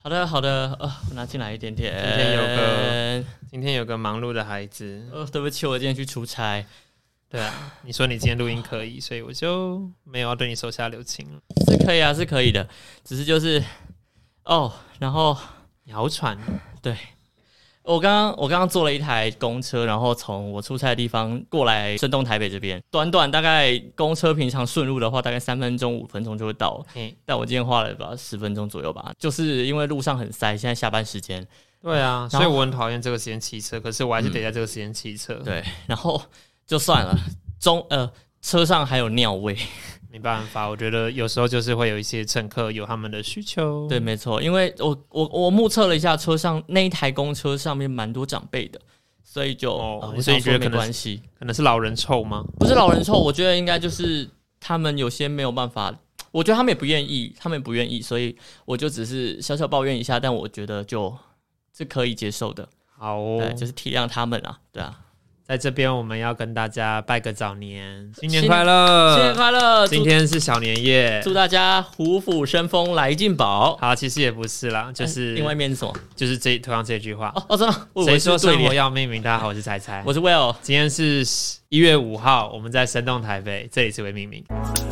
好的，好的，我拿进来一点点。 今天有个忙碌的孩子。 对不起，我今天去出差。 对啊，你说你今天录音可以，所以我就没有要对你手下留情了。 是可以啊，是可以的，只是就是然后你好喘。 对，我刚刚坐了一台公车，然后从我出差的地方过来深洞台北这边，短短大概公车平常顺路的话，大概3分钟5分钟就会到了。但我今天花了10分钟左右吧，就是因为路上很塞，现在下班时间。 对啊，所以我很讨厌这个时间骑车，可是我还是得在这个时间骑车。 对，然后就算了，车上还有尿味。 没办法，我觉得有时候就是会有一些乘客有他们的需求。 对，没错，因为我目测了一下，车上那一台公车上面蛮多长辈的，所以就所以你觉得没关系， 可能是老人臭吗？ 不是老人臭，我觉得应该就是他们有些没有办法，我觉得他们也不愿意，所以我就只是小小抱怨一下，但我觉得就是可以接受的。 好哦， 对，就是体谅他们啊，对啊。 在这边我们要跟大家拜个早年，新年快乐！ 新年快乐！ 今天是小年夜， 祝大家虎虎生风，来进宝。 好，其实也不是啦，就是另外一面是什么？ 就是同样这句话。 真的？ 谁说生活要命名？大家好，我是彩彩， 我是 Will。 今天是1月5号，我们在深洞台北，这里是为命名。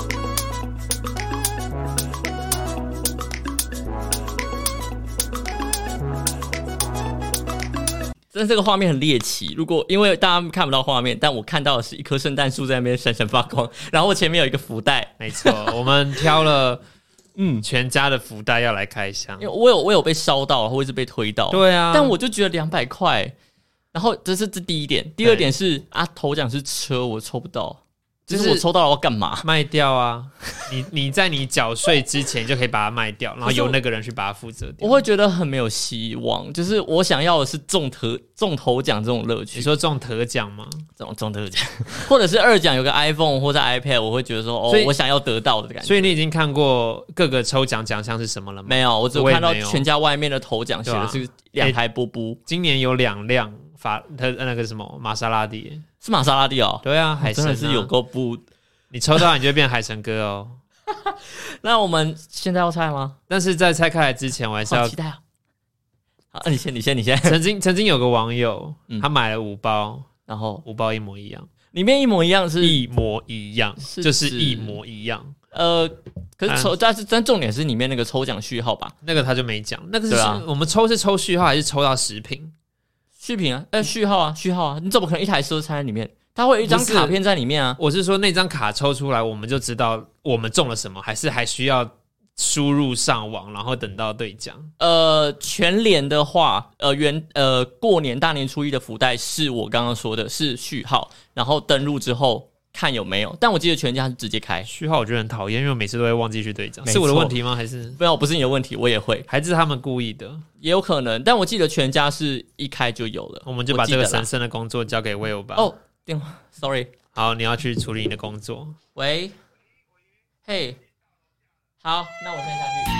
真的这个画面很猎奇，因为大家看不到画面，但我看到的是一棵圣诞树在那边闪闪发光，然后我前面有一个福袋。 没错，我们挑了全家的福袋要来开箱， 因为我有被烧到，或者是被推到。 对啊， 但我就觉得200块，然后这是第一点，第二点是头奖是车，我抽不到。就是我抽到了，我干嘛？ 卖掉啊！你在你缴税之前就可以把它卖掉，然后由那个人去把它负责掉。 我会觉得很没有希望，就是我想要的是中头奖这种乐趣。 你说中头奖吗？ 中头奖，或者是2奖有个 iPhone 或者 iPad， 我会觉得说我想要得到的感觉。 所以你已经看过各个抽奖奖项是什么了吗？ 没有，我只有看到全家外面的头奖写的是2台波波。 今年有2辆那个什么玛莎拉蒂。 是玛莎拉蒂哦， 对啊，海神真的是有够不， 你抽到你就变海神哥哦。 那我们现在要猜吗？ 但是在猜开来之前，我还是要期待啊。好，你先。 曾经有个网友，他买了5包， 然后 5包一模一样， 里面一模一样是一模一样，就是一模一样。 可是但重点是里面那个抽奖序号吧？ 那个他就没讲，那个是我们抽是抽序号还是抽到食品？ 序品啊，序号啊，你怎么可能一台车插在里面？它会有一张卡片在里面啊。 我是说那张卡抽出来，我们就知道我们中了什么，还是还需要输入上网，然后等到兑奖？ 全联的话，过年大年初一的福袋是我刚刚说的是序号，然后登录之后看有没有。但我记得全家是直接开序号，我觉得很讨厌，因为我每次都会忘记去兑奖。是我的问题吗？还是没有？不是你的问题，我也会， 还是他们故意的？ 也有可能。但我记得全家是一开就有了， 我们就把这个神圣的工作交给 Will 吧。 电话 ，sorry。 好，你要去处理你的工作。 喂，嘿，好，那我先下去。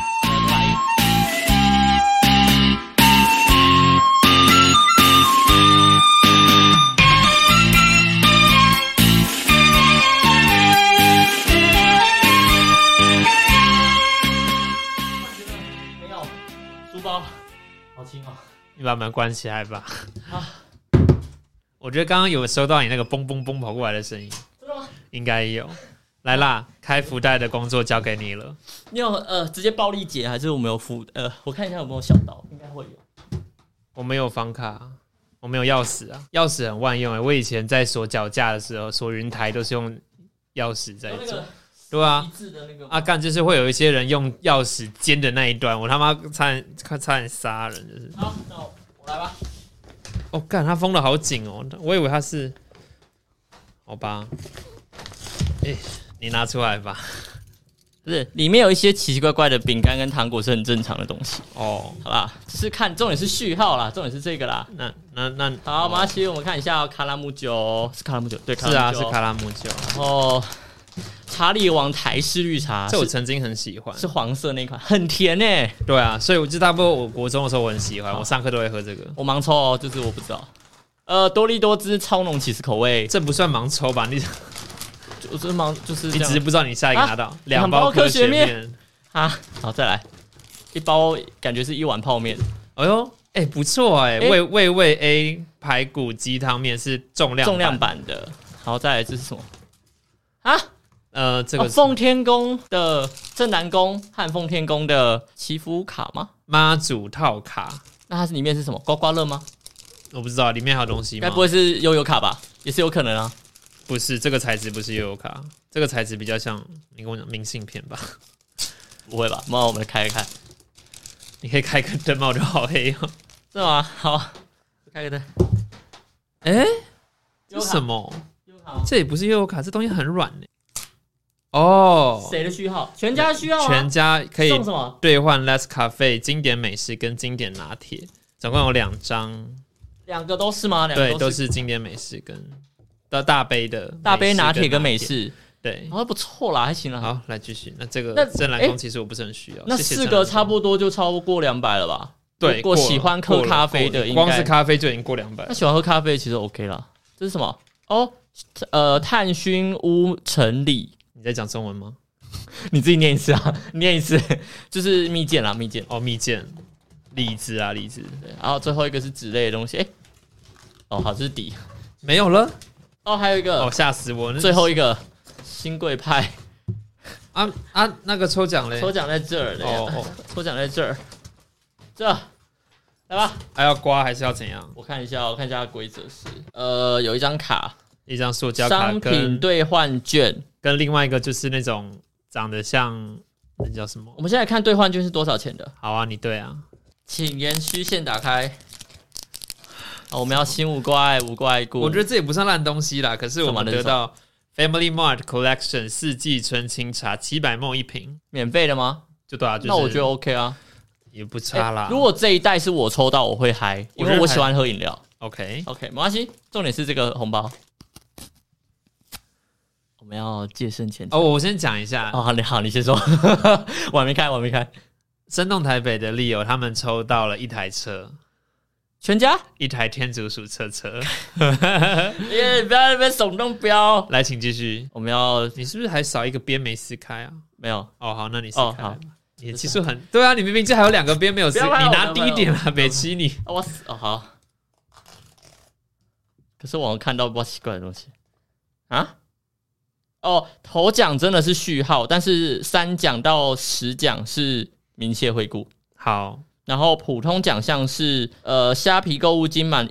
没有，书包好轻哦。 你把门关起来吧。我觉得刚刚有收到你那个嘣嘣嘣跑过来的声音， 真的吗？ 应该有。来啦，开福袋的工作交给你了。 你有直接暴力解，还是我们有我看一下有没有小刀，应该会有。 我没有房卡，我没有钥匙啊，钥匙很万用我以前在锁脚架的时候，锁云台都是用钥匙在做。对啊，干就是会有一些人用钥匙尖的那一端，我他妈差点杀人，就是。 好，那我来吧。 干，他封得好紧哦，我以为他是，好吧，你拿出来吧。 不是，里面有一些奇奇怪怪的饼干跟糖果是很正常的东西好啦，只是看重点是序号啦，重点是这个啦。 那好，马上我们看一下卡拉姆酒，是卡拉姆酒，对， 是啊，是卡拉姆酒。 然后查理王台式绿茶， 这我曾经很喜欢， 是黄色那款，很甜欸。 对啊，所以我就差不多我国中的时候我很喜欢，我上课都会喝这个。 我盲抽哦，就是我不知道。多利多汁超浓起司口味， 这不算盲抽吧？你我是盲，就是你只是不知道你下一个拿到2 包科学面啊。好，再来。 一包感觉是一碗泡面。 哎呦，不错味 A 排骨鸡汤面是重量版的。好，再来这是什么啊？这个奉天宫的镇南宫和奉天宫的祈福卡吗？ 妈祖套卡。 那它里面是什么？刮刮乐吗？ 我不知道里面还有东西吗？ 该不会是悠游卡吧？也是有可能啊。 不是，这个材质不是悠游卡，这个材质比较像你跟我讲明信片吧？ 不会吧？那我们来开看。 你可以开个灯吗？我就好黑哦。 是吗？好，开个灯。 这是什么？这也不是悠游卡，这东西很软呢。哦， 谁的序号？全家的序号啊。 全家可以送什么？ 兑换 Let's Cafe 经典美式跟经典拿铁，总共有2张。 2个都是吗？ 对，都是经典美式跟大杯的大杯拿铁跟美式。对，不错啦，还行啦。 好，来继续。那这个镇南宫其实我不是很需要。 那4个差不多就超过200了吧？ 对， 如果喜欢喝咖啡的， 光是咖啡就已经过200。 那喜欢喝咖啡其实 OK 啦。这是什么？炭熏屋陈李。 你在讲中文吗？ 你自己念一次啊，念一次，就是蜜饯啦，蜜饯。 蜜饯，李子啊，李子。 对，然后最后一个是纸类的东西。好，这是底， 没有了。 还有一个。吓死我！ 最后一个新贵派。 那个抽奖嘞？ 抽奖在这儿。抽奖在这儿。这，来吧。 还要刮还是要怎样？ 我看一下规则是，有一张卡， 一张塑胶卡， 商品兑换券。 跟另外一个就是那种长得像那叫什么？ 我们现在看兑换券是多少钱的？ 好啊，你对啊， 请沿虚线打开。我们要新五怪故。 我觉得这也不算烂东西啦，可是我们得到 Family Mart Collection 四季春清茶700ml1瓶， 免费的吗？ 就对啊，就是、 那我觉得 OK 啊， 也不差啦。 如果这一袋是我抽到，我会嗨，因为我喜欢喝饮料。 OK， 没关系，重点是这个红包。我们要戒慎前财。 我先讲一下。 好，你先说。我还没开。 生动台北的 Leo 他们抽到了1台车， 全家 1台天竺鼠车。 不要在那边耸动标。 来，请继续。你是不是还少一个边没撕开啊？ 没有。 好，那你撕开吧。你技术很对啊，你明明就还有2个边没有撕，你拿低一点啦，别欺你。 好。可是我看到不奇怪的东西啊。头奖真的是序号，但是3奖到10奖是明谢惠顾。 好， 然后普通奖项是虾皮购物金满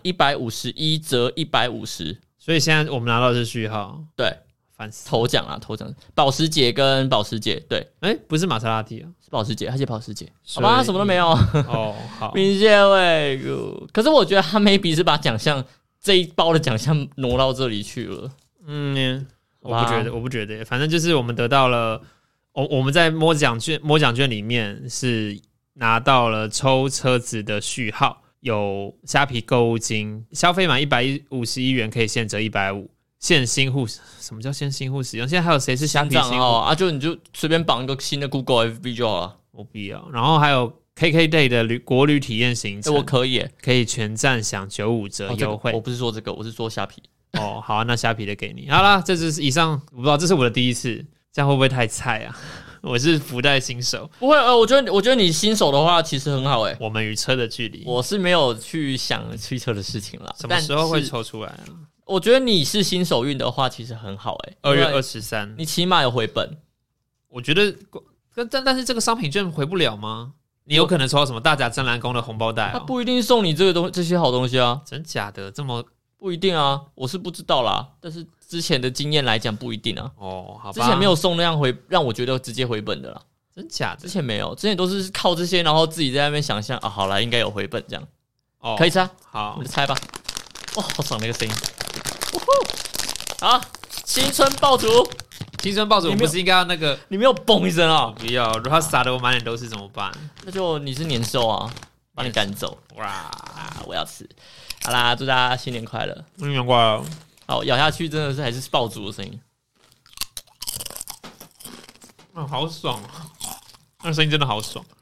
151折150， 所以现在我们拿到的是序号。 对， 烦死。 头奖保时捷跟保时捷。对， 不是玛莎拉蒂啊， 是保时捷，他写保时捷。好吧，什么都没有。 好， 明谢惠顾。可是我觉得他 maybe 是把奖项这一包的奖项挪到这里去了。 我不觉得，反正就是我们得到了，我们在摸奖券里面是拿到了抽车子的序号，有虾皮购物金，消费满151元可以现折150，现新户。什么叫现新户使用？现在还有谁是虾皮新户啊？你就随便绑一个新的 Google FB 就好了。 我不要。然后还有 KKday 的国旅体验行程， 我可以全站享95折优惠。 我不是说这个，我是说虾皮。 好啊，那虾皮的给你。好啦，这就是以上，我不知道这是我的第一次，这样会不会太菜啊？我是福袋新手。 不会，我觉得你新手的话其实很好我们与车的距离， 我是没有去想汽车的事情啦。 什么时候会抽出来啊？ 我觉得你是新手运的话，其实很好 2月23， 你起码有回本。 我觉得，但是这个商品券回不了吗？你有可能抽到什么大甲镇澜宫的红包袋？ 他不一定送你这些好东西啊。 真假的？这么不一定啊，我是不知道啦。但是之前的经验来讲，不一定啊。 好吧。 之前没有送那样让我觉得直接回本的啦。 真假的？ 之前没有，之前都是靠这些，然后自己在那边想象好啦，应该有回本这样。可以猜。 好， 我们就猜吧。好爽的一个声音。好，青春爆竹， 我不是应该要那个？ 你没有嘣一声啊？ 不要，如果他撒的我满脸都是怎么办？ 那就你是年兽啊，把你赶走。哇，我要吃。好啦，祝大家新年快乐！ 新年快乐！ 好，咬下去真的是还是爆竹的声音。 好爽啊！那声音真的好爽。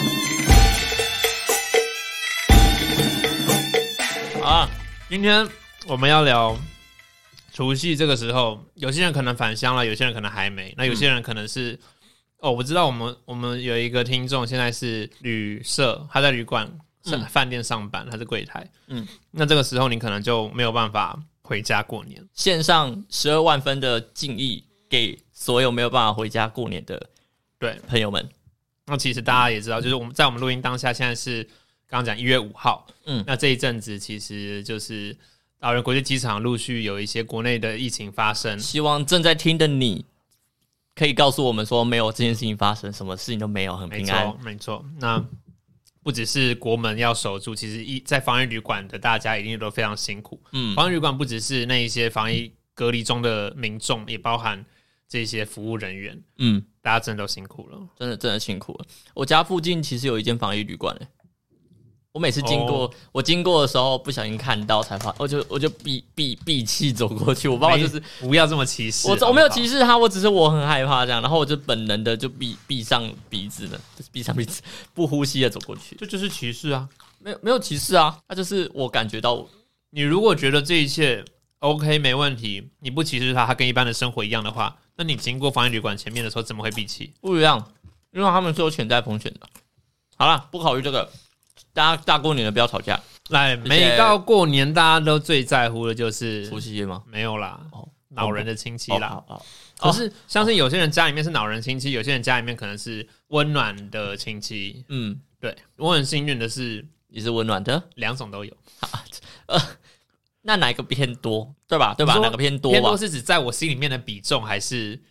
今天我们要聊除夕这个时候，有些人可能返乡了，有些人可能还没，那有些人可能是我知道我们有一个听众现在是旅社，他在旅馆饭店上班，他是柜台，那这个时候你可能就没有办法回家过年， 献上12万分的敬意给所有没有办法回家过年的朋友们。 那其实大家也知道，就是我们录音当下，现在是刚刚讲1月5号，那这一阵子其实就是桃园国际机场陆续有一些国内的疫情发生， 希望正在听的你可以告诉我们说没有这件事情发生，什么事情都没有，很平安。 没错。那不只是国门要守住，其实在防疫旅馆的大家一定都非常辛苦。防疫旅馆不只是那一些防疫隔离中的民众，也包含这些服务人员。大家真的都辛苦了， 真的辛苦了。我家附近其实有一间防疫旅馆，我每次经过，我经过的时候不小心看到才发，我就闭气走过去。我爸爸就是不要这么歧视， 我没有歧视他，我只是我很害怕这样，然后我就本能的就闭上鼻子了，就是闭上鼻子不呼吸的走过去。 这就是歧视啊， 没有歧视啊，那就是我感觉到， 你如果觉得这一切 OK 没问题，你不歧视他跟一般的生活一样的话，那你经过防疫旅馆前面的时候怎么会闭气？ 不一样，因为他们是有潜在风险的。好啦，不考虑这个。大过年的不要吵架。 来，每到过年，大家都最在乎的就是除夕夜吗？ 没有啦，老人的亲戚啦。 可是相信有些人家里面是老人亲戚，有些人家里面可能是温暖的亲戚。对，我很幸运的是， 你是温暖的， 两种都有。 那哪个偏多？对吧？哪个偏多吧？ 偏多是指在我心里面的比重，还是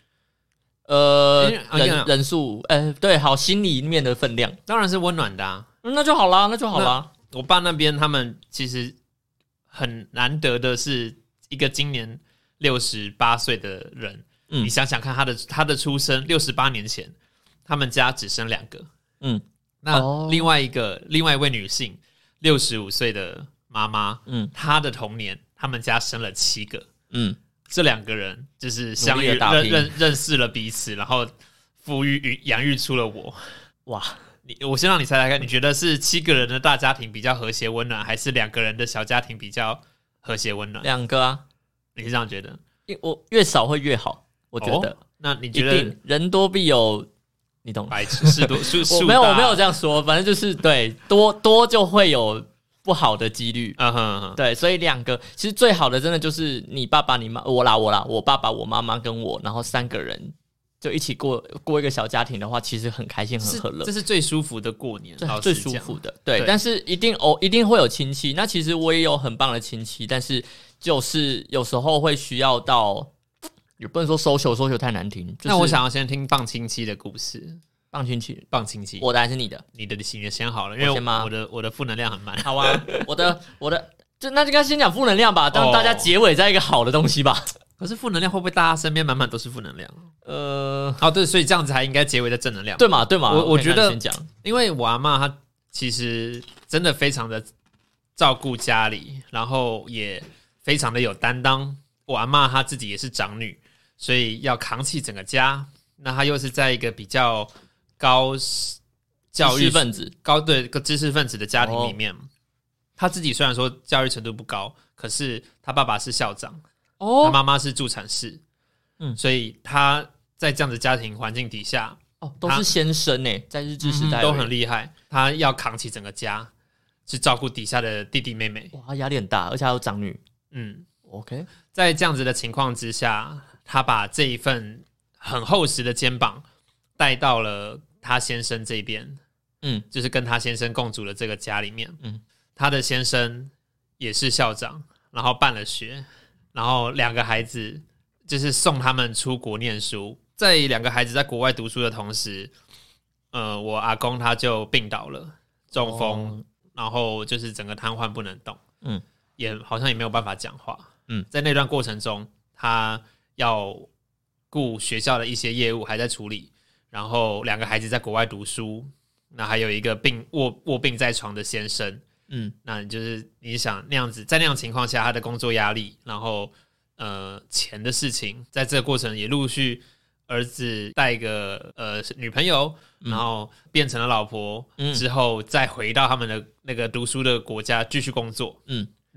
人数？对，好，心里面的分量， 当然是温暖的啊。 那就好啦。 我爸那边他们其实很难得的是一个今年68岁的人，你想想看他的出生68年前，他们家只生2个，那另外一位女性65岁的妈妈，她的童年他们家生了7个，这2个人就是相遇认识了彼此，然后抚育养育出了我。哇！我先让你猜猜看，你觉得是7个人的大家庭比较和谐温暖，还是2个人的小家庭比较和谐温暖 ？2个啊， 你是这样觉得？ 我越少会越好，我觉得。 那你觉得人多必有，你懂？ 白痴事多我没有这样说，反正就是对多就会有不好的几率。对，所以2个其实最好的真的就是你爸爸、你妈，我爸爸、我妈妈跟我，然后3个人。就一起过一个小家庭的话，其实很开心很和乐， 这是最舒服的过年， 最舒服的。对，但是一定会有亲戚。那其实我也有很棒的亲戚，但是就是有时候会需要到，也不能说 social 太难听。就是、 那我想要先听棒亲戚的故事。 棒亲戚，我的还是你的？ 你的先好了，因为我的负能量很慢。 好啊，我的就那就该先讲负能量吧，让大家结尾在一个好的东西吧。 可是负能量会不会大家身边满满都是负能量？对，所以这样子还应该结尾在正能量， 对嘛？ 我觉得，因为我阿嬷她其实真的非常的照顾家里，然后也非常的有担当。我阿嬷她自己也是长女，所以要扛起整个家。那她又是在一个比较高教育分子、知识分子的家庭里面，她自己虽然说教育程度不高，可是她爸爸是校长。他妈妈是助产士，所以他在这样的家庭环境底下， 都是先生欸，在日治时代都很厉害。他要扛起整个家，去照顾底下的弟弟妹妹。 哇，压力很大，而且还有长女。OK， 在这样子的情况之下，他把这一份很厚实的肩膀带到了他先生这边，就是跟他先生共组的这个家里面。他的先生也是校长，然后办了学。然后2个孩子就是送他们出国念书，在2个孩子在国外读书的同时，我阿公他就病倒了，中风，然后就是整个瘫痪不能动，也好像也没有办法讲话，在那段过程中，他要顾学校的一些业务还在处理，然后2个孩子在国外读书，那还有一个卧病在床的先生。那就是你想那样子，在那样情况下，他的工作压力，然后钱的事情，在这个过程也陆续，儿子带一个女朋友，然后变成了老婆，之后再回到他们的那个读书的国家继续工作，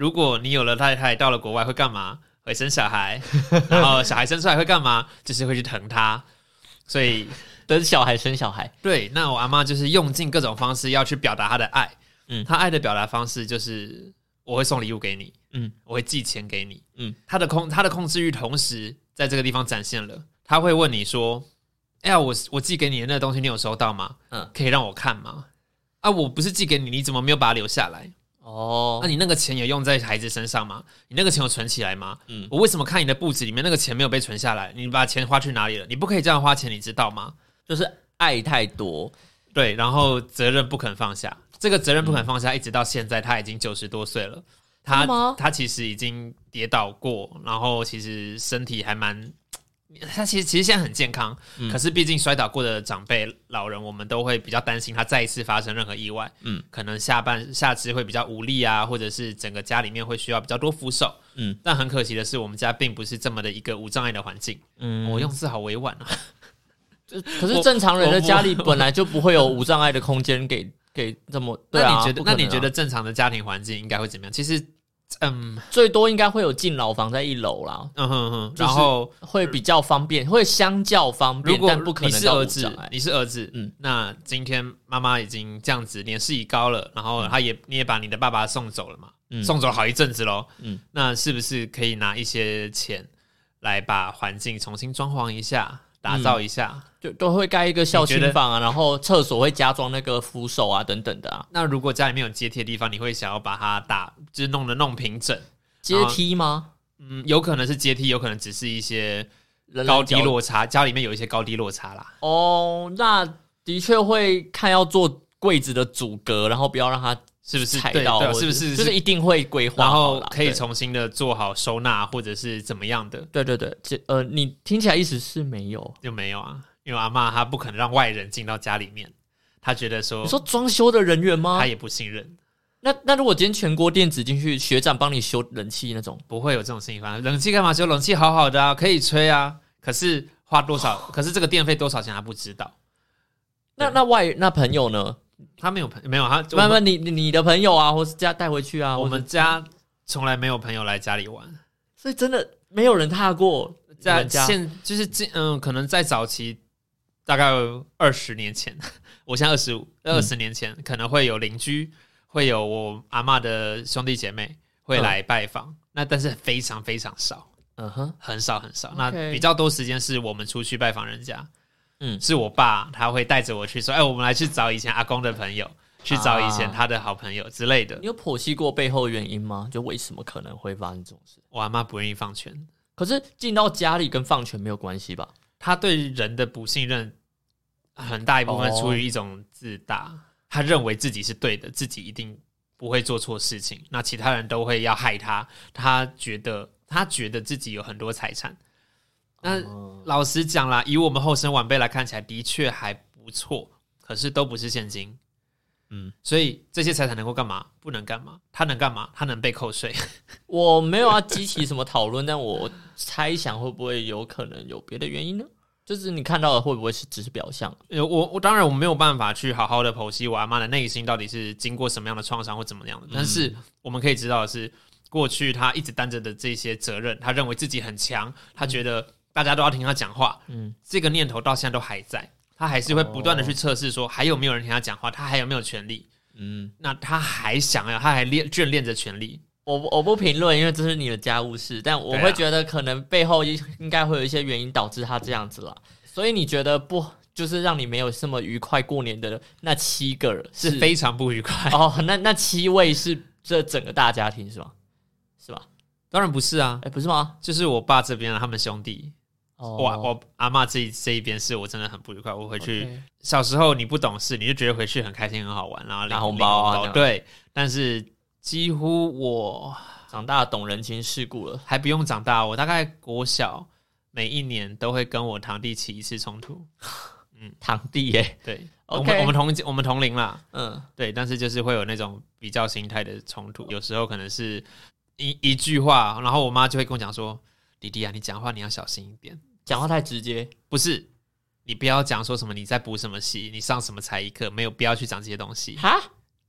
如果你有了太太，到了国外会干嘛？会生小孩，然后小孩生出来会干嘛？就是会去疼他，所以等小孩生小孩。 对，那我阿嬷就是用尽各种方式要去表达她的爱。她爱的表达方式就是我会送礼物给你，我会寄钱给你，她的控制欲同时在这个地方展现了。她会问你说：“哎呀，我寄给你的那个东西，你有收到吗？可以让我看吗？啊，我不是寄给你，你怎么没有把它留下来？”那你那个钱有用在孩子身上吗？你那个钱有存起来吗？我为什么看你的簿子里面那个钱没有被存下来？你把钱花去哪里了？你不可以这样花钱，你知道吗？ 就是爱太多， 对，然后责任不肯放下，这个责任不肯放下，一直到现在他已经90多岁了，他其实已经跌倒过，然后其实身体还蛮。他其实现在很健康，可是毕竟摔倒过的长辈老人，我们都会比较担心他再一次发生任何意外，可能下肢会比较无力啊，或者是整个家里面会需要比较多扶手，但很可惜的是，我们家并不是这么的一个无障碍的环境，我用字好委婉啊。 可是正常人的家里本来就不会有无障碍的空间给这么，对啊， 那你觉得正常的家庭环境应该会怎么样？其实。 最多应该会有敬老房在1楼啦， 然后会比较方便，会相较方便，但不可能到无障碍。 你是儿子，那今天妈妈已经这样子年事已高了，然后你也把你的爸爸送走了嘛，送走好一阵子咯，那是不是可以拿一些钱来把环境重新装潢一下，打造一下？ 就都会盖一个孝亲房啊，然后厕所会加装那个扶手啊等等的啊。 那如果家里面有阶梯的地方，你会想要把它就是弄平整？ 阶梯吗？ 有可能是阶梯，有可能只是一些高低落差，家里面有一些高低落差啦。 那的确会看要做柜子的阻隔，然后不要让它是不是踩到，是不是就是一定会规划好， 然后可以重新的做好收纳或者是怎么样的。 对，你听起来意思是没有就没有啊？因为阿嬷她不可能让外人进到家里面，她觉得说， 你说装修的人员吗？ 她也不信任。 那如果今天全国电子进去，学长帮你修冷气那种， 不会有这种事情发生。冷气干嘛修？冷气好好的啊，可以吹啊。可是花多少？可是这个电费多少钱他不知道。 那朋友呢？ 他没有他你的朋友啊，或是家带回去啊。 我们家从来没有朋友来家里玩， 所以真的没有人踏过家。 就是可能在早期。大概20年前，我现在20年前可能会有邻居，会有我阿嬷的兄弟姐妹会来拜访，那但是非常非常少，很少很少。那比较多时间是我们出去拜访人家，是我爸他会带着我去说，我们来去找以前阿公的朋友，去找以前他的好朋友之类的。 你有剖析过背后原因吗？就为什么可能会发生这种事？ 我阿嬷不愿意放权， 可是进到家里跟放权没有关系吧？ 他对人的不信任很大一部分出于一种自大，他认为自己是对的，自己一定不会做错事情，那其他人都会要害他。他觉得自己有很多财产。那老实讲啦，以我们后生晚辈来看起来，的确还不错，可是都不是现金。所以这些财产能够干嘛？不能干嘛？他能干嘛？他能被扣税。 我没有要激起什么讨论，但我猜想会不会有可能有别的原因呢？就是你看到的会不会是只是表象？ 我当然我没有办法去好好的剖析我阿嬷的内心到底是经过什么样的创伤或怎么样的，但是我们可以知道的是，过去他一直担着的这些责任，他认为自己很强，他觉得大家都要听他讲话，这个念头到现在都还在，他还是会不断的去测试说还有没有人听他讲话，他还有没有权利，那他还想要，他还眷恋着权利。 我不评论，因为这是你的家务事，但我会觉得可能背后应该会有一些原因导致他这样子啦。所以你觉得不就是让你没有这么愉快过年的那7个人是非常不愉快那7位是这整个大家庭是吗？是吧？ 当然不是啊， 不是吗？ 就是我爸这边他们兄弟。我阿嬷这一边是我真的很不愉快。我回去小时候你不懂事，你就觉得回去很开心很好玩，然后拿红包啊， 对。但是几乎我长大懂人情世故了， 还不用长大，我大概国小每一年都会跟我堂弟起一次冲突。 堂弟耶， 对， okay. 我们同龄啦，对，但是就是会有那种比较心态的冲突，有时候可能是一句话，然后我妈就会跟我讲说：“弟弟啊，你讲话你要小心一点。” 讲话太直接， 不是，你不要讲说什么你在补什么习，你上什么才艺课，没有必要去讲这些东西。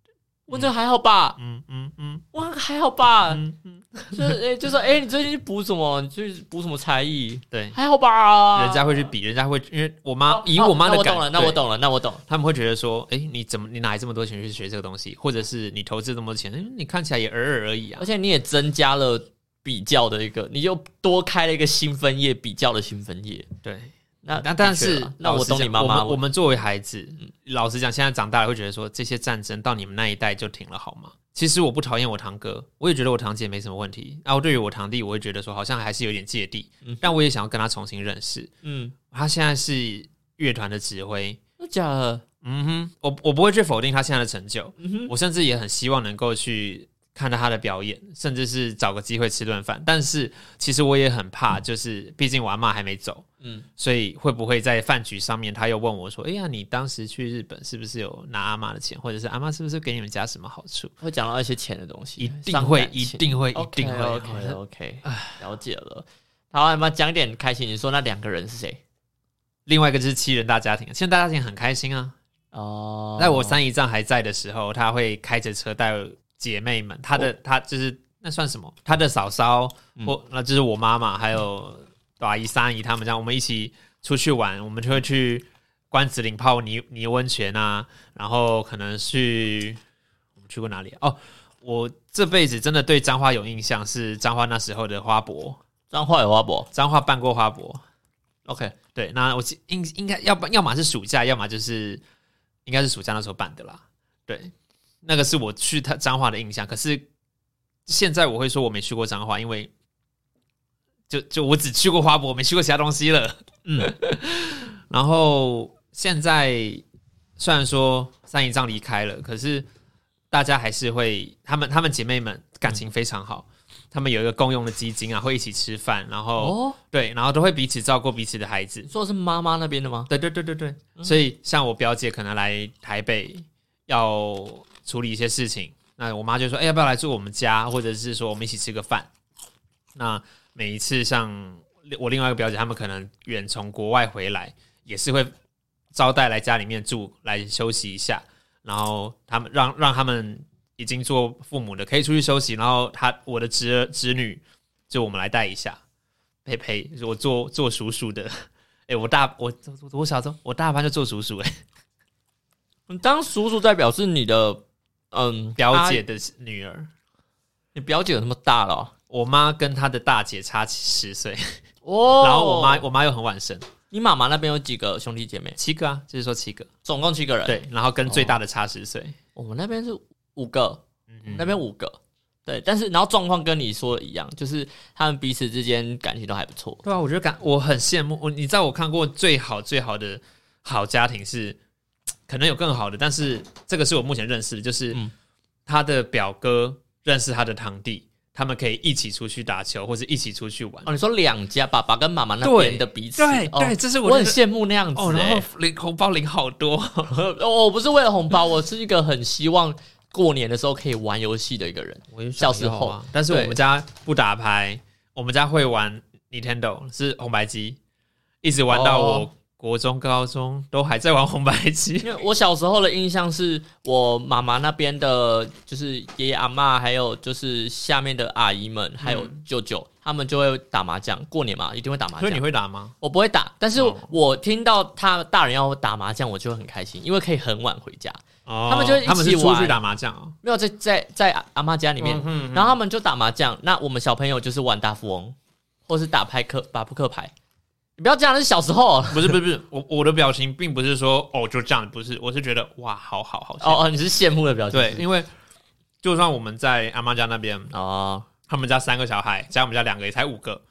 问这还好吧？哇，还好吧？就说你最近补什么？就是补什么才艺？ 对， 还好吧？ 人家会去比，人家会因为我妈以我妈的感， 那我懂了。 他们会觉得说，你哪来这么多钱去学这个东西？或者是你投资这么多钱，你看起来也偶尔而已啊。 而且你也增加了比较的一个，你又多开了一个新分页，比较的新分页。 对。 但是那我懂你妈妈。 我们作为孩子，老实讲，现在长大了会觉得说，这些战争到你们那一代就停了好吗？其实我不讨厌我堂哥，我也觉得我堂姐没什么问题。然后对于我堂弟，我会觉得说好像还是有点芥蒂，但我也想要跟他重新认识。他现在是乐团的指挥， 真的假的？ 我不会去否定他现在的成就，我甚至也很希望能够去看到他的表演，甚至是找个机会吃顿饭。但是其实我也很怕，就是毕竟我阿嬷还没走，所以会不会在饭局上面他又问我说：“哎呀，你当时去日本是不是有拿阿嬷的钱，或者是阿嬷是不是给你们家什么好处？” 会讲到一些钱的东西， 一定会。 OK， 了解了。好，那讲点开心。你说那2个人是谁？ 另外一个就是7人大家庭，7人大家庭很开心啊。在我三姨丈还在的时候，他会开着车带姐妹们，他就是那算什么？他的嫂嫂或那就是我妈妈，还有大姨、三姨他们这样，我们一起出去玩，我们就会去关子岭泡泥温泉啊，然后可能我们去过哪里啊？我这辈子真的对彰化有印象，是彰化那时候的花博。 彰化有花博， 彰化办过花博。 OK， 对，那我应该要么是暑假，要么就是应该是暑假那时候办的啦。对，那个是我去彰化的印象。可是现在我会说我没去过彰化，因为就我只去过花博，没去过其他东西了。然后现在虽然说三姨丈离开了，可是大家还是会，他们姐妹们感情非常好。他们有一个共用的基金啊，会一起吃饭，然后对，然后都会彼此照顾彼此的孩子。 说的是妈妈那边的吗？ 对。所以像我表姐可能来台北要处理一些事情，那我妈就说：“要不要来住我们家？或者是说我们一起吃个饭？”那每一次像我另外一个表姐，他们可能远从国外回来，也是会招待来家里面住，来休息一下，然后他们让他们。已经做父母的可以出去休息，然后我的侄女就我们来带一下，陪我做叔叔的。我小时候我大班就做叔叔你当叔叔代表是你的表姐的女儿。 你表姐有那么大了？ 我妈跟她的大姐差10岁然后我妈又很晚生。 你妈妈那边有几个兄弟姐妹 ？7个啊，就是说7个， 总共7个人。 对，然后跟最大的差10岁。 我们那边是5个，那边5个，对，但是然后状况跟你说的一样，就是他们彼此之间感情都还不错。 对啊，我觉得我很羡慕。你知道我看过最好的好家庭是，可能有更好的，但是这个是我目前认识的，就是他的表哥认识他的堂弟，他们可以一起出去打球，或者一起出去玩。 你说2家爸爸跟妈妈那边的彼此， 对，这是我很羡慕那样子。 然后红包领好多。 我不是为了红包，我是一个很希望过年的时候可以玩游戏的一个人。小时候， 但是我们家不打牌，我们家会玩 Nintendo， 是红白机，一直玩到我国中、高中都还在玩红白机。 因为我小时候的印象是我妈妈那边的，就是爷爷阿嬷，还有就是下面的阿姨们，还有舅舅，他们就会打麻将。过年嘛，一定会打麻将。 所以你会打吗？ 我不会打，但是我听到大人要打麻将，我就很开心，因为可以很晚回家。他们就一起玩。他们是出去打麻将哦？ 没有，在阿嬷家里面，然后他们就打麻将。那我们小朋友就是玩大富翁，或是打扑克牌。你不要这样，是小时候。 不是，我的表情并不是说就这样，不是，我是觉得哇，好你是羡慕的表情。 对，因为就算我们在阿嬷家那边他们家3个小孩，加我们家2个也才5个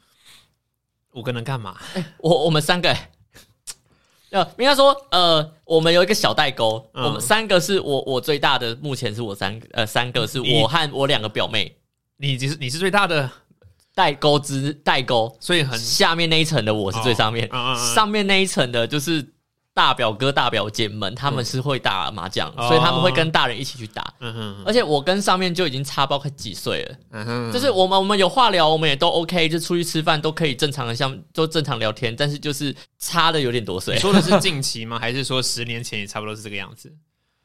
，5个能干嘛？ 我们3个。应该说，我们有一个小代沟。我们3个是我最大的，目前是我3个是我和我2个表妹。 你是最大的代沟， 所以下面那一层的我是最上面，上面那一层的就是大表哥大表姐们，他们是会打麻将，所以他们会跟大人一起去打。而且我跟上面就已经差不多快几岁了。就是我们有话聊，我们也都 OK， 就出去吃饭都可以正常的都正常聊天，但是就是差的有点多岁。 你说的是近期吗？还是说10年前也差不多是这个样子？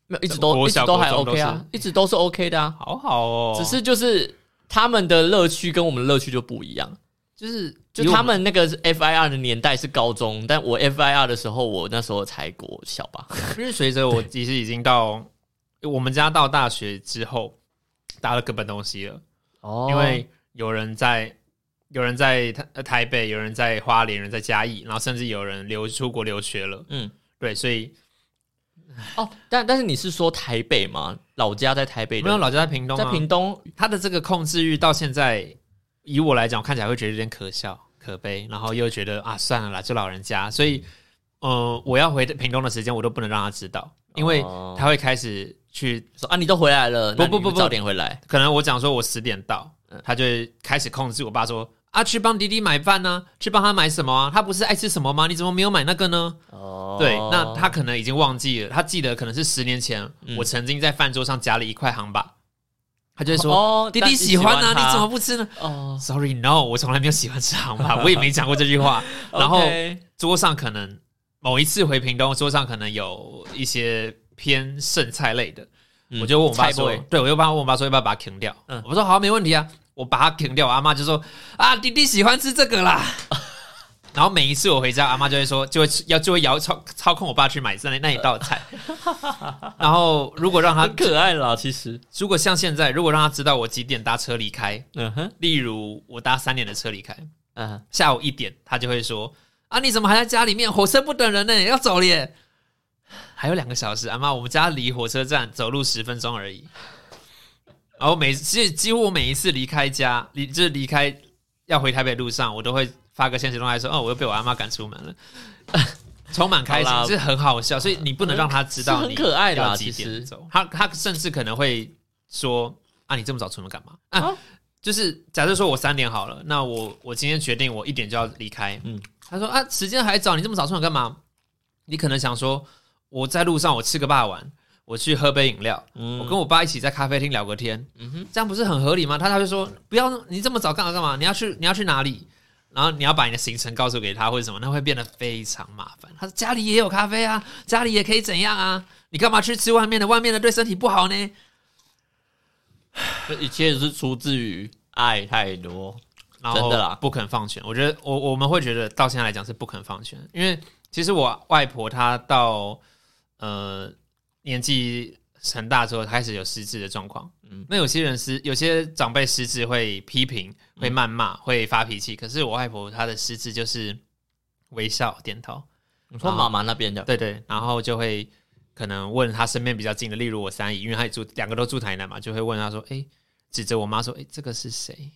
没有，一直都还 OK 啊，一直都是 OK 的啊， 好好哦。 只是就是他们的乐趣跟我们的乐趣就不一样，就他们那个 FIR 的年代是高中，但我 FIR 的时候，我那时候才国小吧。 因为随着我其实已经到我们家到大学之后，大家都各奔东西了。因为有人在台北，有人在花莲，有人在嘉义，然后甚至有人出国留学了。对，所以但是你是说台北吗？老家在台北的？ 没有，老家在屏东在屏东， 他的这个控制欲到现在，以我来讲，我看起来会觉得有点可笑、可悲，然后又觉得算了啦，就老人家，所以我要回屏东的时间，我都不能让他知道，因为他会开始去说你都回来了， 不早点回来。 可能我讲说我10点到，他就会开始控制我爸说。去帮弟弟买饭呢，去帮他买什么啊？他不是爱吃什么吗？你怎么没有买那个呢？对，那他可能已经忘记了，他记得可能是10年前，我曾经在饭桌上夹了一块杭把，他就会说：“弟弟喜欢啊，你怎么不吃呢？”Sorry, no， 我从来没有喜欢吃杭把，我也没讲过这句话。然后桌上可能某一次回屏东，桌上可能有一些偏剩菜类的，我就问我爸说：“对，我就问我爸说要不要把它停掉？”我说：“好，没问题啊。”我把它停掉，我阿妈就说弟弟喜欢吃这个啦。然后每一次我回家，阿妈就会说，就会操控我爸去买那一道菜。然后如果让他很可爱啦，其实如果像现在，如果让他知道我几点搭车离开，例如我搭3点的车离开，下午1点，他就会说你怎么还在家里面？火车不等人呢，要走了耶。还有2个小时，阿妈，我们家离火车站走路10分钟而已。然后几乎我每一次离开家，就是离开要回台北的路上，我都会发个限时动态说，我又被我阿妈赶出门了，充满开心，是很好笑。所以你不能让他知道你很可爱要几点走。他甚至可能会说你这么早出门干嘛？就是假设说我3点好了，那我今天决定我1点就要离开。他说时间还早，你这么早出门干嘛？你可能想说我在路上我吃个霸王。我去喝杯饮料，我跟我爸一起在咖啡厅聊个天，这样不是很合理吗？他就说不要，你这么早干嘛？你要去哪里？然后你要把你的行程告诉给他或者什么，那会变得非常麻烦。他说家里也有咖啡啊，家里也可以怎样啊？你干嘛去吃外面的？外面的对身体不好呢？ 这一切是出自于爱太多，真的啦， 不肯放权。我觉得我们会觉得到现在来讲是不肯放权，因为其实我外婆她到年纪很大之后开始有失智的状况，那有些长辈失智会批评、会谩骂、会发脾气，可是我外婆她的失智就是微笑点头。 你说妈妈那边的？ 对，然后就会可能问她身边比较近的，例如我3姨，因为她2个都住台南嘛，就会问她说：“指着我妈说，这个是谁？”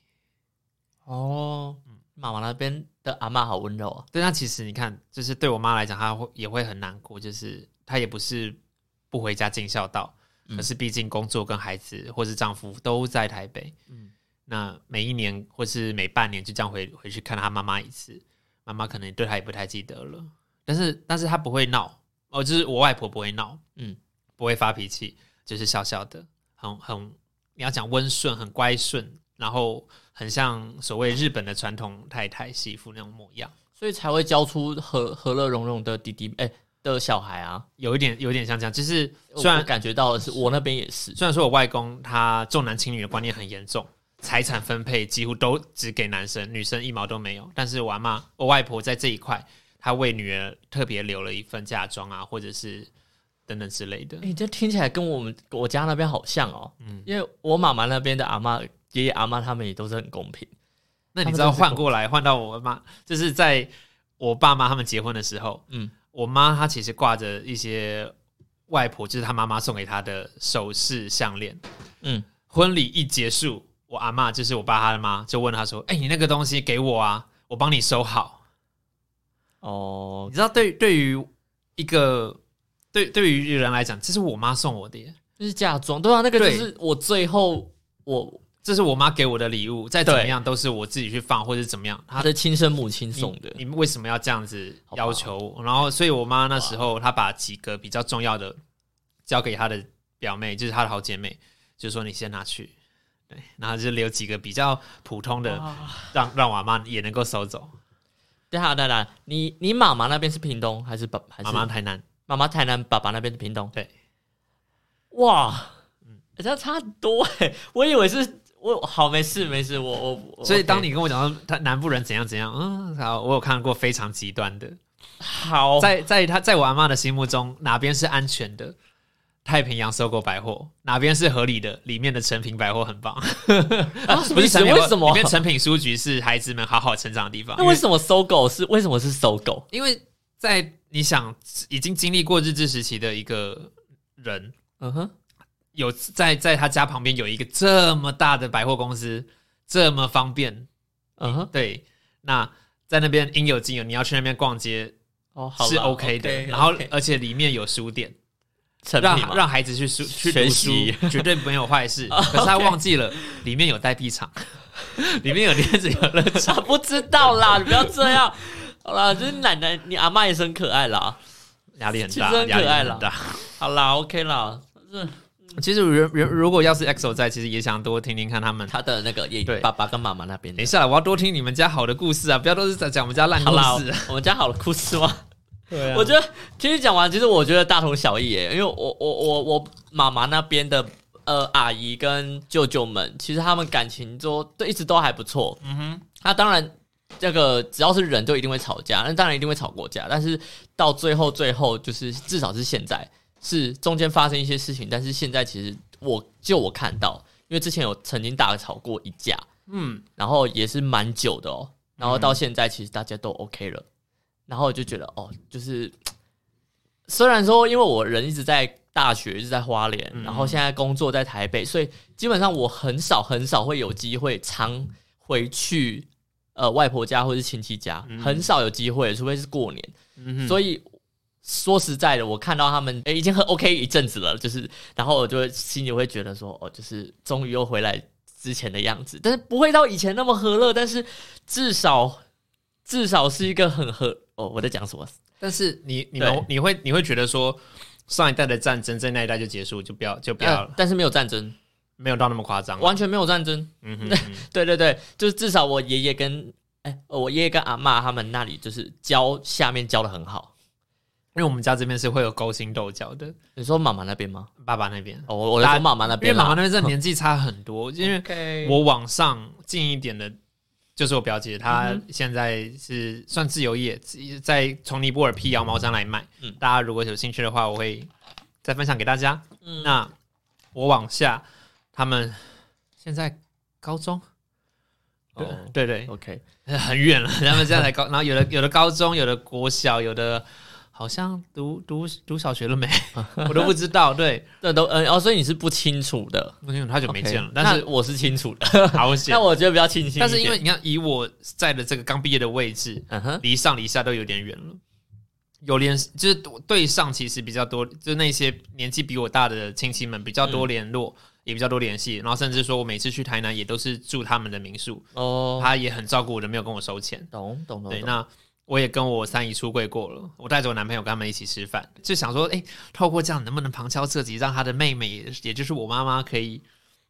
妈妈那边的阿嬷好温柔啊。 对，那其实你看，就是对我妈来讲，她也会很难过，就是她也不是不回家尽孝道，可是毕竟工作跟孩子或是丈夫都在台北，那每1年或是每半年就这样回去看她妈妈一次，妈妈可能对她也不太记得了，但是她不会闹，就是我外婆不会闹，不会发脾气，就是笑笑的，很你要讲温顺，很乖顺，然后很像所谓日本的传统太太媳妇那种模样， 所以才会教出和乐融融的弟弟的小孩啊， 有一点像这样，就是虽然我感觉到的是，我那边也是。 虽然说我外公他重男轻女的观念很严重，财产分配几乎都只给男生，女生1毛都没有。但是我外婆在这一块，她为女儿特别留了一份嫁妆啊，或者是等等之类的。 这听起来跟我家那边好像哦。因为我妈妈那边的爷爷阿嬷他们也都是很公平。 那你知道换到我妈，就是在我爸妈他们结婚的时候，我妈她其实挂着一些外婆就是她妈妈送给她的首饰项链。婚礼一结束，我阿嬷就是我爸他的妈就问她说：“你那个东西给我啊，我帮你收好。”你知道对于一个对于人来讲，这是我妈送我的耶， 就是嫁妆。对啊，那个就是我最后这是我妈给我的礼物，再怎么样都是我自己去放或者怎么样， 她的亲生母亲送的。 你为什么要这样子要求？然后，所以我妈那时候她把几个比较重要的交给她的表妹，就是她的好姐妹，就说你先拿去，对，然后就留几个比较普通的，让我妈也能够收走。 对啊，你妈妈那边是屏东还是妈妈台南？ 妈妈台南，爸爸那边是屏东。 对。 哇，这样差很多我以为是好没事， 所以当你跟我讲说他南部人怎样怎样，好，我有看过非常极端的。 好， 在我阿嬷的心目中，哪边是安全的？太平洋搜狗百货哪边是合理的？里面的诚品百货很棒，不是诚品，为什么里面诚品书局是孩子们好好成长的地方？ 那为什么搜狗是搜狗？ 因为在你想已经经历过日治时期的一个人，有在他家旁边有一个这么大的百货公司，这么方便，对，那在那边应有尽有，你要去那边逛街是 OK 的，然后而且里面有书店。让孩子去读书绝对没有坏事，可是他忘记了里面有代币厂，里面有电子游乐场， 不知道啦，你不要这样。好啦，就是奶奶，你阿嬷也是很可爱啦， 压力很大， 很可爱啦。好啦 ，OK 啦。 其实如果要是 EXO 在，其实也想多听听看他的那个爸爸跟妈妈那边。 等一下，我要多听你们家好的故事啊，不要都是在讲我们家烂故事。 我们家好的故事吗？ 对啊， 我觉得其实讲完，其实我觉得大同小异因为我妈妈那边的阿姨跟舅舅们，其实他们感情一直都还不错。那当然，这个只要是人就一定会吵架，那当然一定会吵过架，但是到最后就是至少是现在是中间发生一些事情，但是现在其实我看到，因为之前有曾经大吵过一架，然后也是蛮久的然后到现在其实大家都 OK 了。然后我就觉得就是虽然说因为我人一直在大学，一直在花莲，然后现在工作在台北，所以基本上我很少会有机会常回去外婆家或是亲戚家，很少有机会，除非是过年。所以说实在的，我看到他们已经很 OK 一阵子了，就是然后我就心里会觉得说就是终于又回来之前的样子，但是不会到以前那么和乐，但是至少是一个很和我在讲什么？ 但是你会觉得说上一代的战争在那一代就结束，就不要了。 但是没有战争， 没有到那么夸张， 完全没有战争。对，就是至少我爷爷跟阿嬷他们那里就是下面教的很好， 因为我们家这边是会有勾心斗角的。 你说妈妈那边吗？ 爸爸那边我说妈妈那边， 因为妈妈那边真的年纪差很多，因为我往上近一点的。就是我表姐，她现在是算自由业，在从尼泊尔辟羊毛毡来卖。大家如果有兴趣的话，我会再分享给大家。那我往下，他们现在高中，对 ，OK， 很远了。他们现在才然后有的高中，有的国小，有的好像读小学了没，我都不知道。对， 这都所以你是不清楚的， 不清楚，太久没见了。但是我是清楚的， 好险。 那我觉得比较庆幸。 但是因为你看，以我在的这个刚毕业的位置，离上离下都有点远了。就是对上其实比较多，就那些年纪比我大的亲戚们比较多联络，也比较多联系。然后甚至说我每次去台南也都是住他们的民宿，他也很照顾我的，没有跟我收钱。 懂。 对，那。我也跟我三姨出柜过了，我带着我男朋友跟他们一起吃饭，就想说，透过这样能不能旁敲侧击，让他的妹妹，也就是我妈妈，可以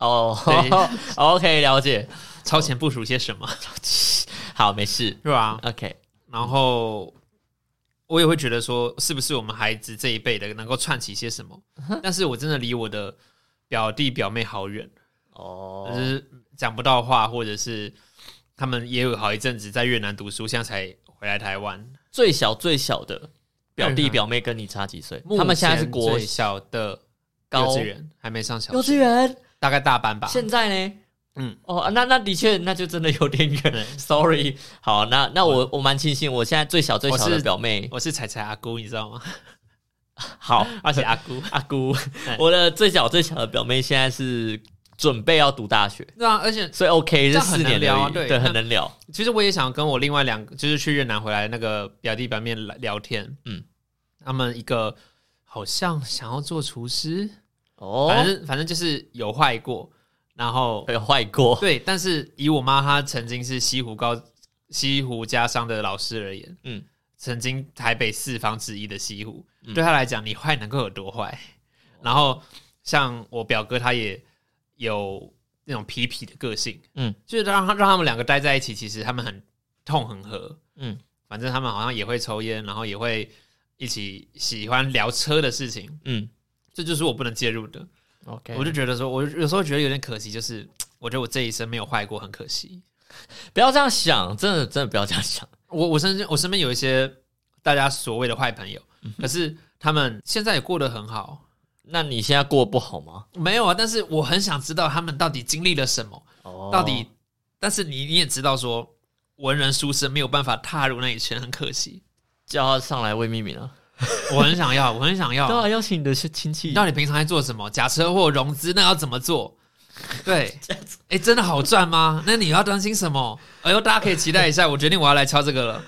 OK 了解， 超前部署些什么？ 好，没事， 是吧 ？OK， 然后我也会觉得说，是不是我们孩子这一辈的能够串起些什么？但是我真的离我的表弟表妹好远就是讲不到话，或者是他们也有好一阵子在越南读书，现在才回来台湾。 最小的表弟表妹跟你差几岁？他们现在是最小的幼稚园，还没上小学。 幼稚园大概大班吧。 现在呢？那的确，那就真的有点远。Sorry， 好，那我蛮庆幸，我现在最小的表妹， 我是彩彩阿姑，你知道吗？ 好， 而且阿姑， 我的最小的表妹现在是准备要读大学， 对啊，而且所以 OK 是4年聊， 对，很能聊。 其实我也想跟我另外2个，就是去越南回来那个表弟表妹聊天，他们一个好像想要做厨师，反正就是有坏过，然后有坏过， 对。但是以我妈她曾经是西湖家商的老师而言，曾经台北4方之一的西湖，对她来讲，你坏能够有多坏？然后像我表哥，他也有那种痞痞的个性，就是让他们2个待在一起，其实他们很痛很合，反正他们好像也会抽烟，然后也会一起喜欢聊车的事情， 这就是我不能介入的。 OK， 我就觉得说，我有时候觉得有点可惜，就是我觉得我这一生没有坏过，很可惜。 不要这样想，真的不要这样想。 我身边有一些大家所谓的坏朋友，可是他们现在也过得很好。 那你现在过得不好吗？ 没有啊，但是我很想知道他们到底经历了什么，到底。但是你也知道说，文人书生没有办法踏入那一圈，很可惜。 叫他上来为命名啊！ 我很想要。 对啊，邀请你的亲戚。 你到底平常在做什么？假车祸融资那要怎么做？对，真的好赚吗？那你要担心什么？哎呦，大家可以期待一下，我决定我要来敲这个了。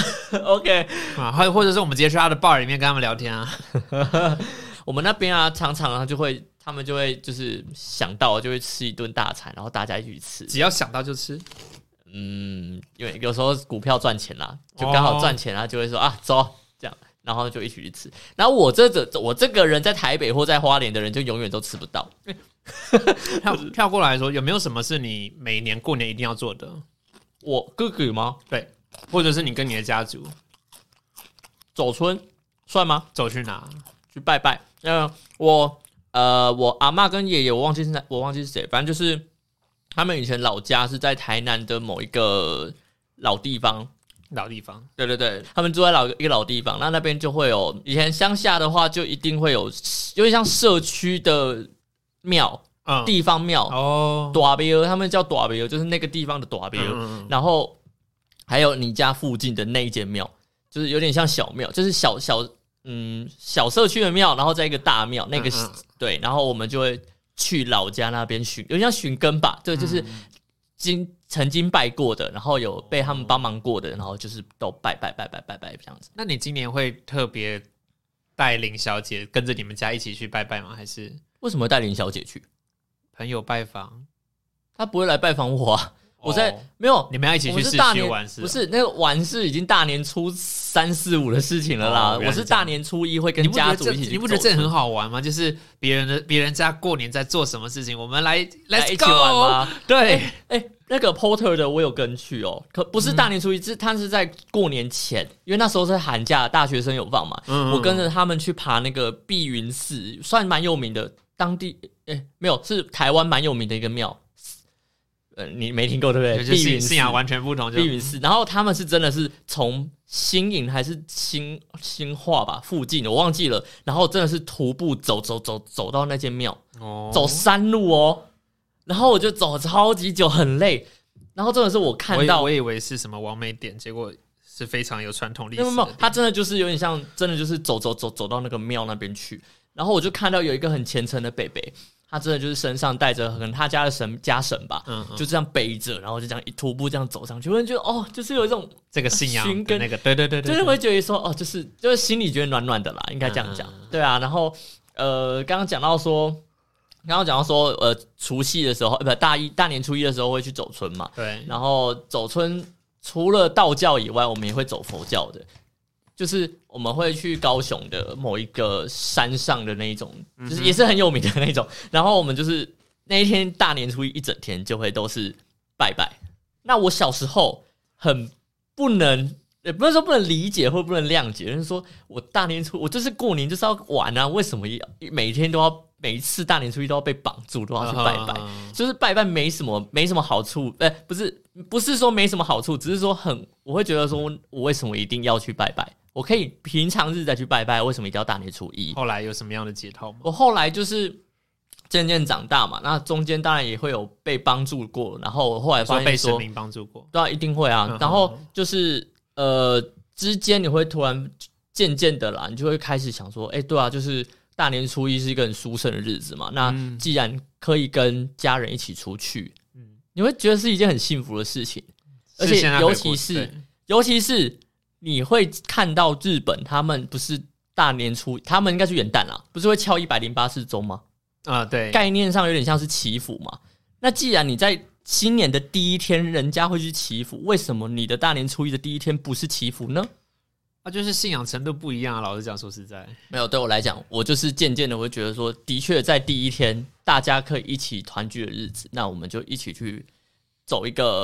OK 啊，或者是我们直接去他的 bar 里面跟他们聊天啊。 我们那边啊，常常他们就会就是想到就会吃一顿大餐，然后大家一起吃。 只要想到就吃。 因为有时候股票赚钱啦，就刚好赚钱啦，就会说啊走这样，然后就一起去吃。然后我这个人在台北或在花莲的人，就永远都吃不到。 跳过来说，有没有什么是你每年过年一定要做的？ 我哥哥吗？ 对，或者是你跟你的家族走村算吗？ 走去哪？ 去拜拜。我阿嬷跟爷爷，我忘记是谁，反正就是他们以前老家是在台南的某一个老地方。对对对，他们住在一个老地方，那边就会有以前乡下的话，就一定会有点像社区的庙，地方庙哦，大庙他们叫大庙，就是那个地方的大庙。然后还有你家附近的那一间庙，就是有点像小庙，就是小社区的庙，然后在一个大庙那个对，然后我们就会去老家那边有点像寻根吧，对，就是曾经拜过的，然后有被他们帮忙过的，然后就是都拜这样子。 那你今年会特别带林小姐跟着你们家一起去拜拜吗？还是为什么带林小姐去？ 朋友拜访， 她不会来拜访我啊。我没有， 你们要一起去市区玩是？ 不是那个玩是已经大年初3、4、5的事情了啦。我是大年初1会跟家族一起去。 你不觉得这很好玩吗？就是别人家过年在做什么事情，我们来一起玩吗？ 对， 那个 Porter 的我有跟去哦，可不是大年初1，他是在过年前，因为那时候是寒假，大学生有放嘛。我跟着他们去爬那个碧云寺，算蛮有名的，当地没有，是台湾蛮有名的一个庙。你没听过对不对？ 碧云寺信仰完全不同。 碧云寺，然后他们是真的是从新营还是新化吧附近，我忘记了。然后真的是徒步走到那间庙，走山路哦。然后我就走超级久，很累。然后真的是我看到， 我以为是什么网美点，结果是非常有传统历史的。 没有，它真的就是有点像，真的就是走到那个庙那边去。然后我就看到有一个很虔诚的伯伯。他真的就是身上带着可能他家的家神吧，就这样背着，然后就这样一徒步这样走上去，我就觉得就是有一种这个信仰的那个，对， 就是会觉得说就是心里觉得暖暖的啦，应该这样讲，对啊。然后刚刚讲到说除夕的时候，大年初一的时候会去走村嘛， 对。 然后走村除了道教以外，我们也会走佛教的。就是我们会去高雄的某一个山上的那一种，就是也是很有名的那种。然后我们就是那一天大年初一整天就会都是拜拜。那我小时候很不能，也不是说不能理解或不能谅解，就是说我大年初我就是过年就是要玩啊，为什么每一次大年初一都要被绑住，都要去拜拜？就是拜拜没什么好处，不是说没什么好处，只是说我会觉得说我为什么一定要去拜拜？我可以平常日再去拜拜，为什么一定要大年初一？ 后来有什么样的解套吗？ 我后来就是渐渐长大嘛，那中间当然也会有被帮助过，然后我后来发现被神明帮助过， 对啊，一定会啊。然后就是之间你会突然渐渐的啦，你就会开始想说，对啊，就是大年初一是一个很殊胜的日子嘛，那既然可以跟家人一起出去，你会觉得是一件很幸福的事情，而且尤其是你会看到日本，他们不是大年初，他们应该是元旦啦，不是会敲108次钟吗？ 对， 概念上有点像是祈福嘛。那既然你在新年的第一天，人家会去祈福，为什么你的大年初一的第一天不是祈福呢？ 就是信仰程度不一样啊。老实讲，说实在， 没有，对我来讲，我就是渐渐的会觉得说，的确在第一天大家可以一起团聚的日子，那我们就一起去走一个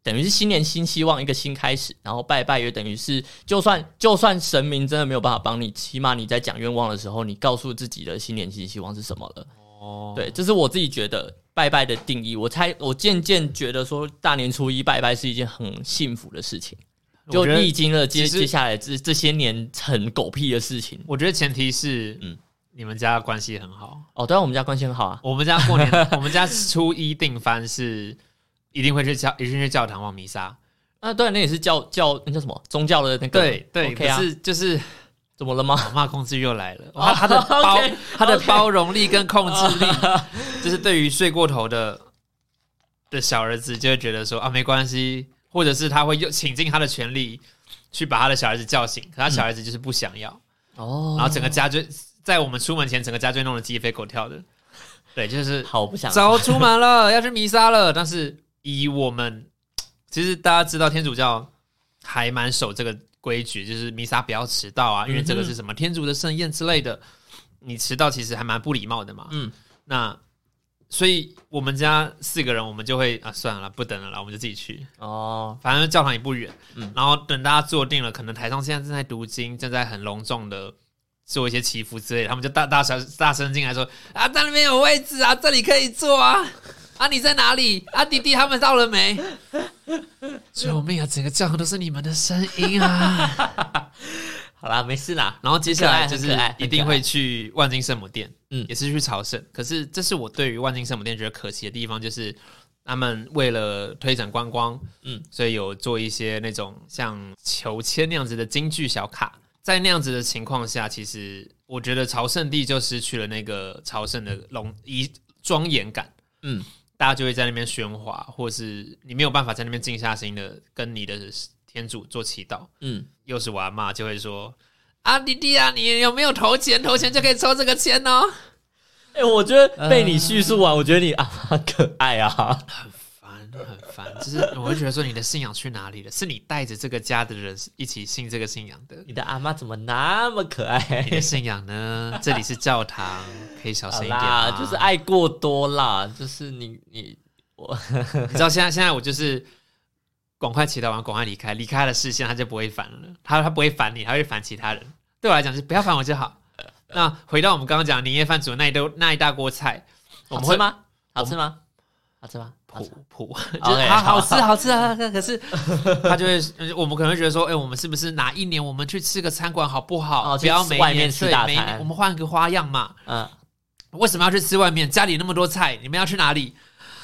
等于是新年新希望，一个新开始，然后拜拜也等于是就算神明真的没有办法帮你，起码你在讲愿望的时候，你告诉自己的新年新希望是什么了。对，这是我自己觉得拜拜的定义。我渐渐觉得说，大年初一拜拜是一件很幸福的事情，就历经了接下来这些年很狗屁的事情。 我觉得前提是，你们家关系很好。 哦，对啊，我们家关系很好啊。 我们家过年，我们家初一定番是一定会去教堂望弥撒。 对，那也是那叫什么宗教的那个。 对， okay 啊、 可是就是怎么了吗？ 我妈控制又来了。他的包容力跟控制力，就是对于睡过头的小儿子，就会觉得说啊没关系，或者是他会倾尽他的全力去把他的小儿子叫醒，可他小儿子就是不想要。然后整个家就在我们出门前，整个家就弄得鸡飞狗跳的。对，就是好不想走出门了，要去弥撒了。但是以我们其实大家知道天主教还蛮守这个规矩，就是弥撒不要迟到啊，因为这个是什么天主的盛宴之类的，你迟到其实还蛮不礼貌的嘛。那所以我们家4个人，我们就会算了，不等了啦，我们就自己去。反正教堂也不远。然后等大家坐定了，可能台上现在正在读经，正在很隆重的做一些祈福之类的，他们就大声进来说啊，在那边有位置啊，这里可以坐啊。你在哪里？弟弟他们到了没？救命啊！整个教堂都是你们的声音啊！ 好啦，没事啦。 然后接下来就是一定会去万金圣母殿，也是去朝圣。可是这是我对于万金圣母殿觉得可惜的地方，就是他们为了推展观光，所以有做一些那种像求签那样子的京剧小卡。在那样子的情况下，其实我觉得朝圣地就失去了那个朝圣的庄严感。大家就会在那边喧哗，或是你没有办法在那边静下心的跟你的天主做祈祷。又是我阿嬷就会说弟弟啊，你有没有投钱？投钱就可以抽这个签哦。 我觉得被你叙述完，我觉得你阿嬷可爱啊。 很烦，就是我会觉得说你的信仰去哪里了？是你带着这个家的人一起信这个信仰的。 你的阿嬷怎么那么可爱？ 你的信仰呢？这里是教堂，可以小声一点吗？就是爱过多啦，就是你你知道现在我就是赶快祈祷完，赶快离开他的视线，他就不会烦了。他不会烦你，他会烦其他人。对我来讲，是不要烦我就好。那回到我们刚刚讲年夜饭煮的那一大锅菜， 好吃吗？好吃吗？好吃吗？ 普好吃啊！可是他就会，我们可能会觉得说，我们是不是哪一年我们去吃个餐馆好不好？不要每外面吃大餐， 我们换个花样嘛。为什么要去吃外面？家里那么多菜，你们要去哪里？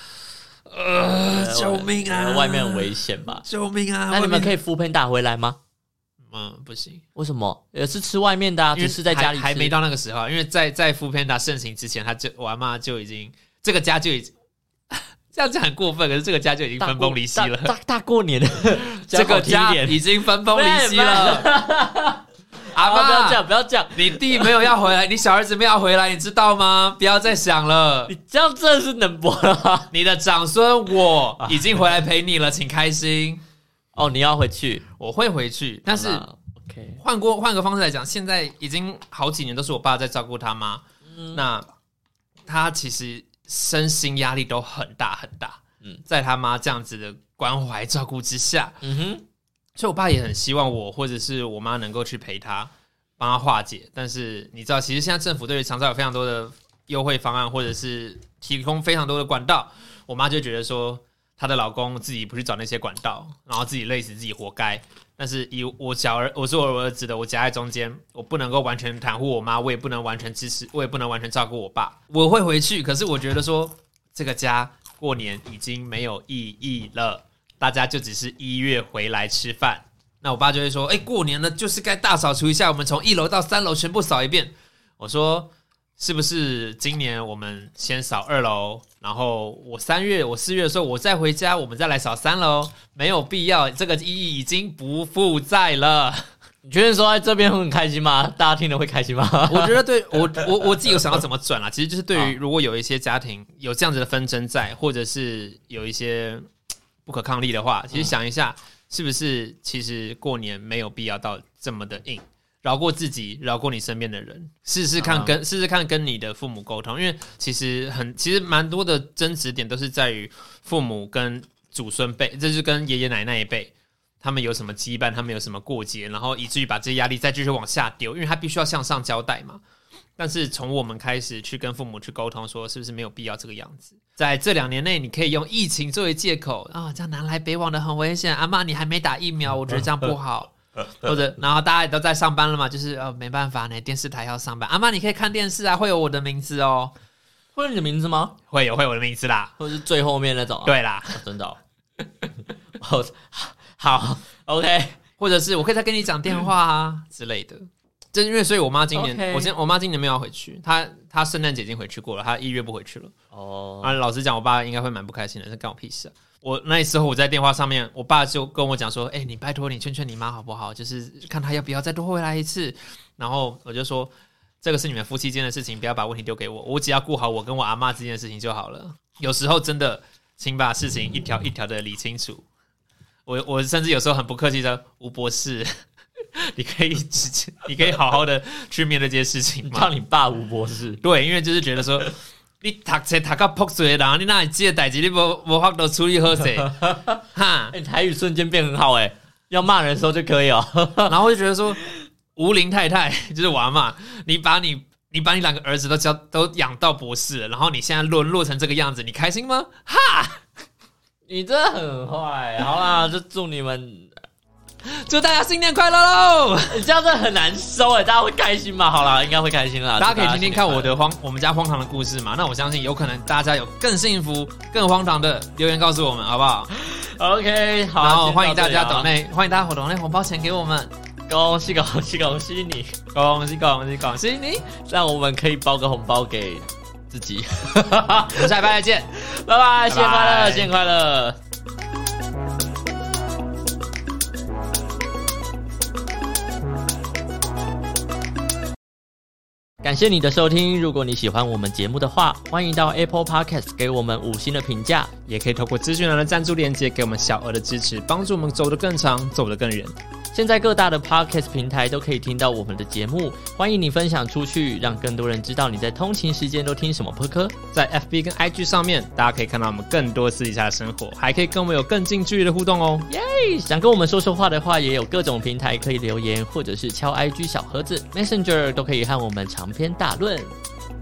救命啊！ 外面很危险吧？ 救命啊！ 那你们可以foodpanda回来吗？ 不行。为什么？也是吃外面的啊，只是在家里吃还没到那个时候，因为在foodpanda盛行之前，我阿嬷就已经这个家就已经。这样讲很过分，可是这个家就已经分崩离析了。 大过年的， 这个家已经分崩离析了。阿嬷， 不要这样， 你弟没有要回来，你小儿子没有要回来，你知道吗？不要再想了。 你这样真的是能播了吗？ 你的长孙我已经回来陪你了，请开心。 你要回去， 我会回去，但是换个方式来讲，现在已经好几年都是我爸在照顾他妈，那他其实身心压力都很大很大。在他妈这样子的关怀照顾之下，所以我爸也很希望我或者是我妈能够去陪他，帮他化解。但是你知道，其实现在政府对于长照有非常多的优惠方案，或者是提供非常多的管道。我妈就觉得说，她的老公自己不去找那些管道，然后自己累死自己活该。但是以我是我儿子的，我夹在中间，我不能够完全袒护我妈，我也不能完全支持，我也不能完全照顾我爸。我会回去，可是我觉得说这个家过年已经没有意义了，大家就只是1月回来吃饭。那我爸就会说，过年了就是该大扫除一下，我们从1楼到3楼全部扫一遍。我说是不是今年我们先扫2楼，然后我4月的时候我再回家，我们再来扫3楼？没有必要，这个意义已经不复在了。 你觉得说在这边会很开心吗？大家听了会开心吗？ 我觉得对我自己有想要怎么转啦，其实就是对于如果有一些家庭有这样子的纷争在，或者是有一些不可抗力的话，其实想一下，是不是其实过年没有必要到这么的硬，饶过自己，饶过你身边的人，试试看跟你的父母沟通，因为其实蛮多的争执点都是在于父母跟祖孙辈，这就是跟爷爷奶奶一辈，他们有什么羁绊，他们有什么过节，然后以至于把这些压力再继续往下丢，因为他必须要向上交代嘛。但是从我们开始去跟父母去沟通，说是不是没有必要这个样子，在这2年内你可以用疫情作为借口啊，这样南来北往的很危险，阿嬷你还没打疫苗，我觉得这样不好。或者然后大家也都在上班了嘛，就是没办法呢，电视台要上班，阿嬷你可以看电视啊，会有我的名字哦。 会有你的名字吗？ 会有我的名字啦， 或者是最后面那种对啦， 真的好 OK， 或者是我可以再跟你讲电话啊之类的。就是因为所以我妈今年我妈今年没有要回去，她圣诞节已经回去过了，她1月不回去了。老实讲我爸应该会蛮不开心的，这干我屁事啊。我那时候我在电话上面，我爸就跟我讲说，你拜托你劝劝你妈好不好，就是看她要不要再多回来一次。然后我就说，这个是你们夫妻间的事情，不要把问题丢给我，我只要顾好我跟我阿嬷之间的事情就好了。有时候真的请把事情一条一条的理清楚。我甚至有时候很不客气的，吴博士你可以好好的去面对这些事情吗？ 叫你爸吴博士。 对，因为就是觉得说你读册读到破碎的人，你哪里这个代志你没法度处理好势哈？ 台语瞬间变很好要骂人的时候就可以然后我就觉得说，吴林太太就是我阿嬷，你把你2个儿子都养到博士了，然后你现在沦落成这个样子，你开心吗？哈！ 你真的很坏。好啦，就祝你们。 祝大家新年快乐喽！ 你这样真的很难收大家会开心吗？好啦，应该会开心啦。 大家可以听听看我们家荒唐的故事嘛。那我相信有可能大家有更幸福、更荒唐的留言告诉我们，好不好 ？OK， 好。 然后欢迎大家抖内，欢迎大家抖内红包钱给我们。 恭喜恭喜恭喜你！ 恭喜恭喜恭喜你！ 让我们可以包个红包给自己。 我们下礼拜再见， 拜拜！新年快乐，新年快乐！感谢你的收听，如果你喜欢我们节目的话，欢迎到 Apple Podcast 给我们5星的评价， 也可以透过资讯栏的赞助链接给我们小额的支持，帮助我们走得更长，走得更远。 现在各大的 Podcast 平台都可以听到我们的节目，欢迎你分享出去，让更多人知道你在通勤时间都听什么播客。 在 FB 跟 IG 上面，大家可以看到我们更多私底下的生活，还可以跟我们有更近距离的互动哦。 耶！想跟我们说说话的话，也有各种平台可以留言，或者是敲 IG 小盒子 Messenger 都可以和我们长篇大论。